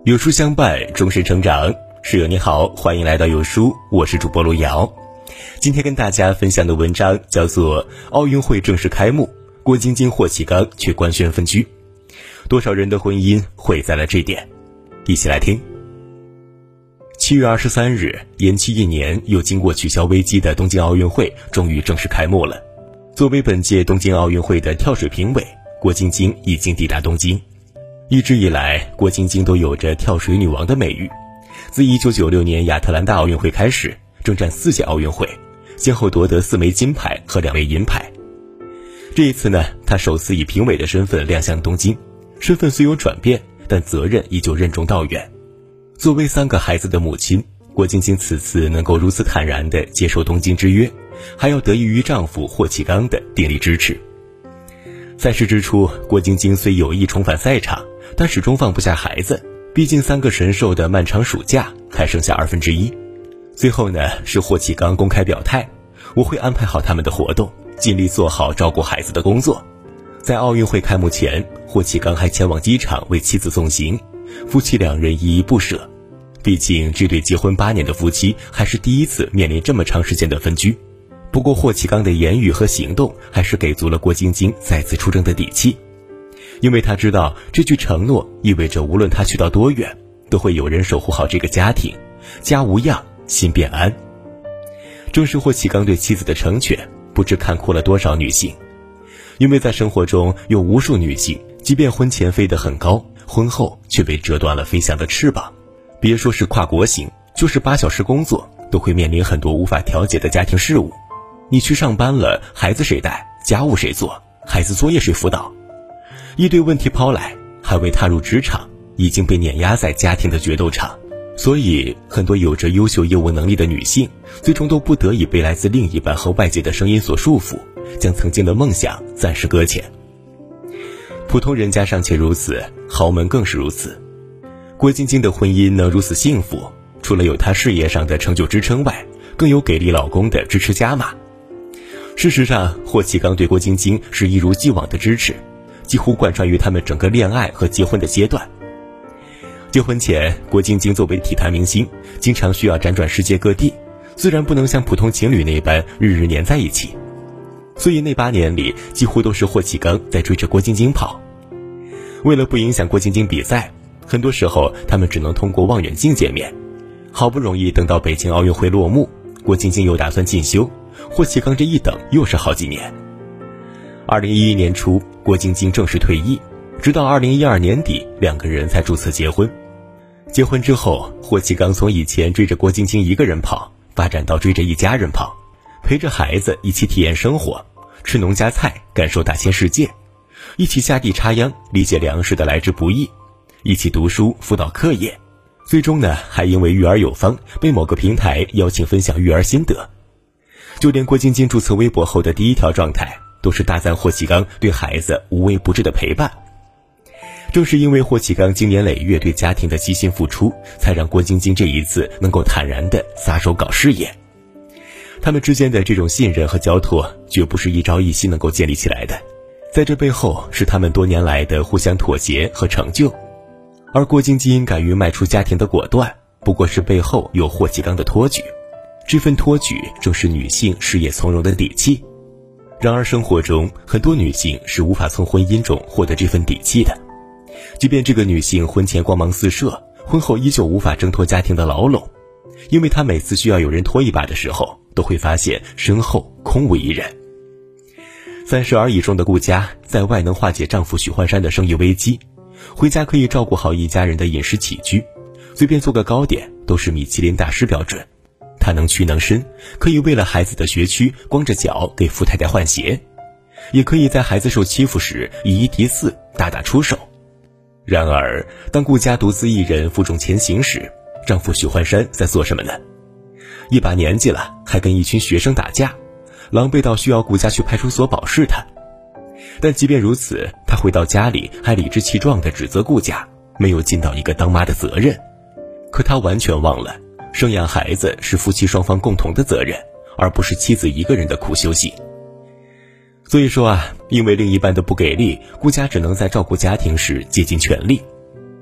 有书相伴，终身成长。室友你好，欢迎来到有书，我是主播路遥。今天跟大家分享的文章叫做《奥运会正式开幕，郭晶晶、霍启刚却官宣分居，多少人的婚姻毁在了这点》。一起来听。7月23日，延期1年又经过取消危机的东京奥运会终于正式开幕了。作为本届东京奥运会的跳水评委，郭晶晶已经抵达东京。一直以来，郭晶晶都有着跳水女王的美誉。自1996年亚特兰大奥运会开始，征战4届奥运会，先后夺得4枚金牌和2枚银牌。这一次呢，她首次以评委的身份亮相东京，身份虽有转变，但责任依旧任重道远。作为3个孩子的母亲，郭晶晶此次能够如此坦然地接受东京之约，还要得益于丈夫霍启刚的鼎力支持。赛事之初，郭晶晶虽有意重返赛场，但始终放不下孩子，毕竟3个神兽的漫长暑假还剩下1/2。最后呢，是霍启刚公开表态，我会安排好他们的活动，尽力做好照顾孩子的工作。在奥运会开幕前，霍启刚还前往机场为妻子送行，夫妻2人依依不舍。毕竟这对结婚8年的夫妻还是第一次面临这么长时间的分居。不过霍启刚的言语和行动还是给足了郭晶晶再次出征的底气，因为他知道这句承诺意味着无论他去到多远，都会有人守护好这个家庭，家无恙，心便安。正是霍启刚对妻子的成全，不知看哭了多少女性。因为在生活中有无数女性，即便婚前飞得很高，婚后却被折断了飞翔的翅膀。别说是跨国行，就是8小时工作，都会面临很多无法调节的家庭事务。你去上班了，孩子谁带？家务谁做？孩子作业谁辅导？一堆问题抛来，还未踏入职场，已经被碾压在家庭的决斗场。所以很多有着优秀业务能力的女性，最终都不得已被来自另一半和外界的声音所束缚，将曾经的梦想暂时搁浅。普通人家尚且如此，豪门更是如此。郭晶晶的婚姻能如此幸福，除了有她事业上的成就支撑外，更有给力老公的支持加码。事实上，霍启刚对郭晶晶是一如既往的支持，几乎贯穿于他们整个恋爱和结婚的阶段。结婚前，郭晶晶作为体坛明星，经常需要辗转世界各地，虽然不能像普通情侣那般日日黏在一起，所以那8年里几乎都是霍启刚在追着郭晶晶跑。为了不影响郭晶晶比赛，很多时候他们只能通过望远镜见面。好不容易等到北京奥运会落幕，郭晶晶又打算进修，霍启刚这一等又是好几年。2011年初，郭晶晶正式退役，直到2012年底，2个人才注册结婚。结婚之后，霍启刚从以前追着郭晶晶一个人跑，发展到追着一家人跑，陪着孩子一起体验生活，吃农家菜，感受大千世界，一起下地插秧，理解粮食的来之不易，一起读书辅导课业。最终呢，还因为育儿有方，被某个平台邀请分享育儿心得。就连郭晶晶注册微博后的第1条状态，都是大赞霍启刚对孩子无微不至的陪伴。正是因为霍启刚经年累月对家庭的悉心付出，才让郭晶晶这一次能够坦然地撒手搞事业。他们之间的这种信任和交托，绝不是一朝一夕能够建立起来的，在这背后是他们多年来的互相妥协和成就。而郭晶晶敢于迈出家庭的果断，不过是背后有霍启刚的托举，这份托举正是女性事业从容的底气。然而生活中，很多女性是无法从婚姻中获得这份底气的。即便这个女性婚前光芒四射，婚后依旧无法挣脱家庭的牢笼，因为她每次需要有人拖一把的时候，都会发现身后空无一人。30而已中的顾佳，在外能化解丈夫许幻山的生意危机，回家可以照顾好一家人的饮食起居，随便做个糕点都是米其林大师标准。她能屈能伸，可以为了孩子的学区光着脚给富太太换鞋，也可以在孩子受欺负时以一敌4，大打出手。然而当顾佳独自一人负重前行时，丈夫许幻山在做什么呢？一把年纪了，还跟一群学生打架，狼狈到需要顾佳去派出所保释他。但即便如此，他回到家里还理直气壮地指责顾佳没有尽到一个当妈的责任。可他完全忘了，生养孩子是夫妻双方共同的责任，而不是妻子一个人的苦修行。所以说因为另一半的不给力，顾佳只能在照顾家庭时竭尽全力。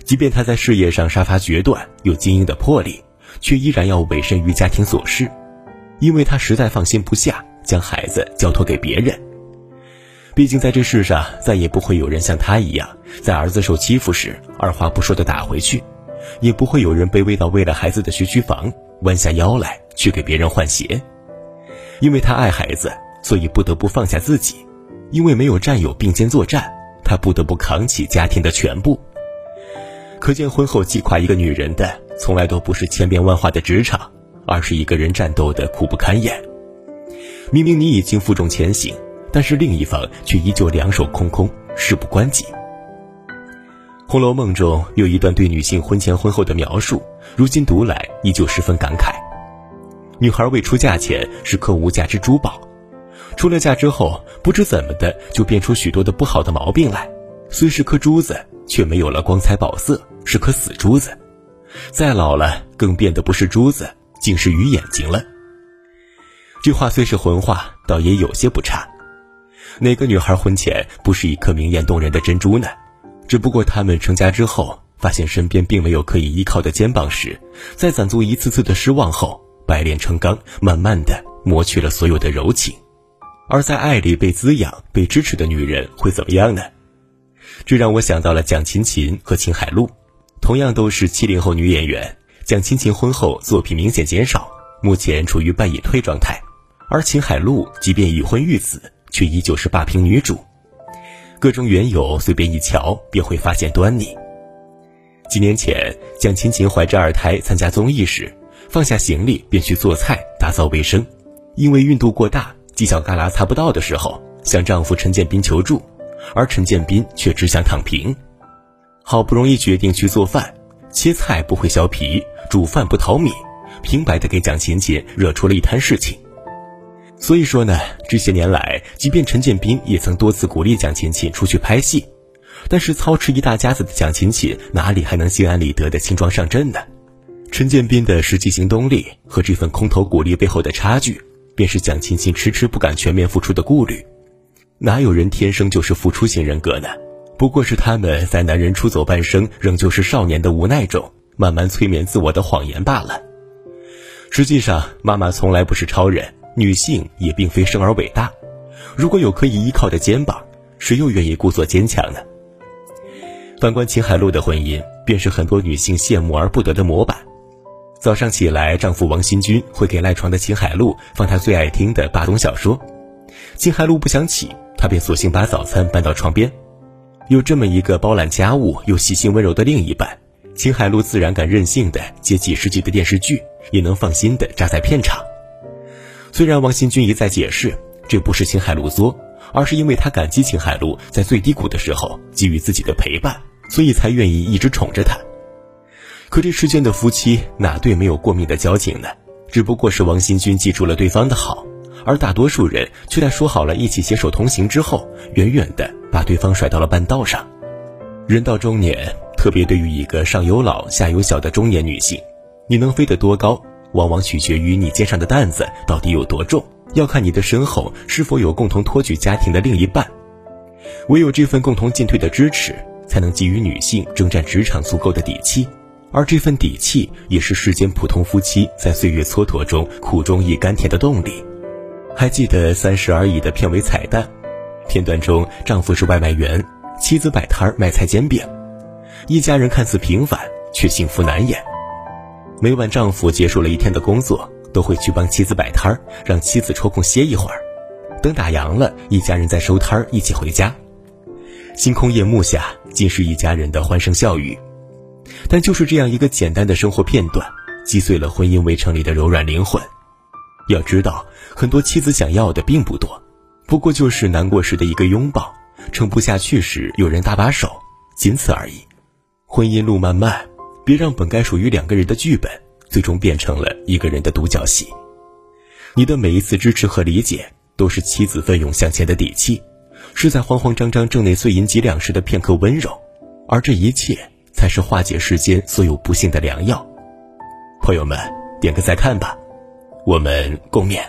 即便他在事业上杀伐决断，有经营的魄力，却依然要委身于家庭琐事，因为他实在放心不下将孩子交托给别人。毕竟在这世上再也不会有人像他一样，在儿子受欺负时二话不说地打回去，也不会有人卑微到为了孩子的学区房弯下腰来去给别人换鞋。因为他爱孩子，所以不得不放下自己，因为没有战友并肩作战，他不得不扛起家庭的全部。可见婚后击垮一个女人的从来都不是千变万化的职场，而是一个人战斗的苦不堪言。明明你已经负重前行，但是另一方却依旧两手空空，事不关己。《红楼梦》中有一段对女性婚前婚后的描述，如今读来依旧十分感慨。女孩未出嫁前是颗无价之珠宝，出了嫁之后不知怎么的就变出许多的不好的毛病来，虽是颗珠子，却没有了光彩宝色，是颗死珠子。再老了更变得不是珠子，竟是鱼眼睛了。这话虽是混话，倒也有些不差。哪个女孩婚前不是一颗明艳动人的珍珠呢？只不过她们成家之后，发现身边并没有可以依靠的肩膀时，在攒足一次次的失望后，百炼成钢，慢慢的磨去了所有的柔情。而在爱里被滋养、被支持的女人会怎么样呢？这让我想到了蒋勤勤和秦海璐，同样都是70后女演员。蒋勤勤婚后作品明显减少，目前处于半隐退状态，而秦海璐即便已婚育子，却依旧是霸屏女主。各种缘由随便一瞧便会发现端倪。几年前，蒋勤勤怀着2胎参加综艺时，放下行李便去做菜打扫卫生，因为孕肚过大，犄角旮旯擦不到的时候，向丈夫陈建斌求助，而陈建斌却只想躺平。好不容易决定去做饭，切菜不会削皮，煮饭不淘米，平白的给蒋勤勤惹出了一摊事情。所以说呢，这些年来，即便陈建斌也曾多次鼓励蒋勤勤出去拍戏，但是操持一大家子的蒋勤勤哪里还能心安理得的轻装上阵呢？陈建斌的实际行动力和这份空头鼓励背后的差距，便是蒋勤勤迟迟不敢全面付出的顾虑。哪有人天生就是付出型人格呢？不过是他们在男人出走半生仍旧是少年的无奈中，慢慢催眠自我的谎言罢了。实际上，妈妈从来不是超人，女性也并非生而伟大。如果有可以依靠的肩膀，谁又愿意故作坚强呢？反观秦海璐的婚姻，便是很多女性羡慕而不得的模板。早上起来，丈夫王新军会给赖床的秦海璐放她最爱听的霸东小说，秦海璐不想起，她便索性把早餐搬到床边。有这么一个包揽家务又细心温柔的另一半，秦海璐自然敢任性的接几十集的电视剧，也能放心的扎在片场。虽然王新军一再解释，这不是秦海璐作，而是因为他感激秦海璐在最低谷的时候给予自己的陪伴，所以才愿意一直宠着她。可这世间的夫妻哪对没有过命的交情呢？只不过是王新军记住了对方的好，而大多数人却在说好了一起携手同行之后，远远的把对方甩到了半道上。人到中年，特别对于一个上有老下有小的中年女性，你能飞得多高，往往取决于你肩上的担子到底有多重，要看你的身后是否有共同托举家庭的另一半。唯有这份共同进退的支持，才能给予女性征战职场足够的底气，而这份底气也是世间普通夫妻在岁月蹉跎中苦中忆甘甜的动力。还记得《30而已》的片尾彩蛋，片段中丈夫是外卖员，妻子摆摊卖菜煎饼，一家人看似平凡，却幸福难言。每晚丈夫结束了一天的工作，都会去帮妻子摆摊，让妻子抽空歇一会儿，等打烊了，一家人再收摊一起回家。星空夜幕下，尽是一家人的欢声笑语。但就是这样一个简单的生活片段，击碎了婚姻围城里的柔软灵魂。要知道，很多妻子想要的并不多，不过就是难过时的一个拥抱，撑不下去时有人搭把手，仅此而已。婚姻路漫漫，别让本该属于2个人的剧本，最终变成了一个人的独角戏。你的每一次支持和理解，都是妻子奋勇向前的底气，是在慌慌张张挣内碎银几两时的片刻温柔，而这一切才是化解世间所有不幸的良药。朋友们，点个再看吧，我们共勉。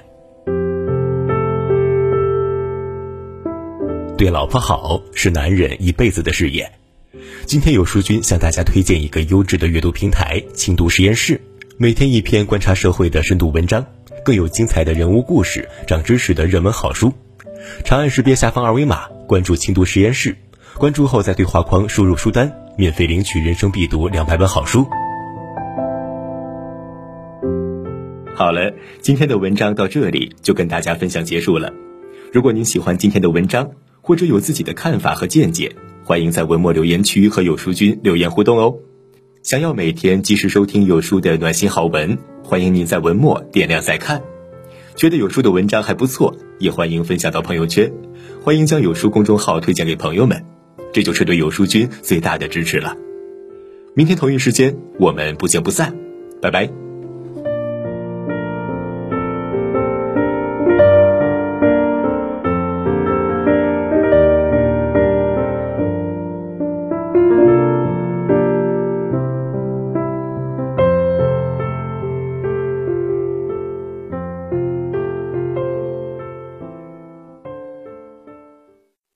对老婆好是男人一辈子的事业， 今天有书君向大家推荐一个优质的阅读平台轻读实验室，每天一篇观察社会的深度文章，更有精彩的人物故事、长知识的热门好书。长按识别下方二维码关注轻读实验室，关注后在对话框输入书单，免费领取人生必读200本好书。好了，今天的文章到这里就跟大家分享结束了。如果您喜欢今天的文章，或者有自己的看法和见解，欢迎在文末留言区和有书君留言互动哦。想要每天及时收听有书的暖心好文，欢迎您在文末点亮再看。觉得有书的文章还不错，也欢迎分享到朋友圈，欢迎将有书公众号推荐给朋友们，这就是对有书君最大的支持了。明天同一时间我们不见不散，拜拜。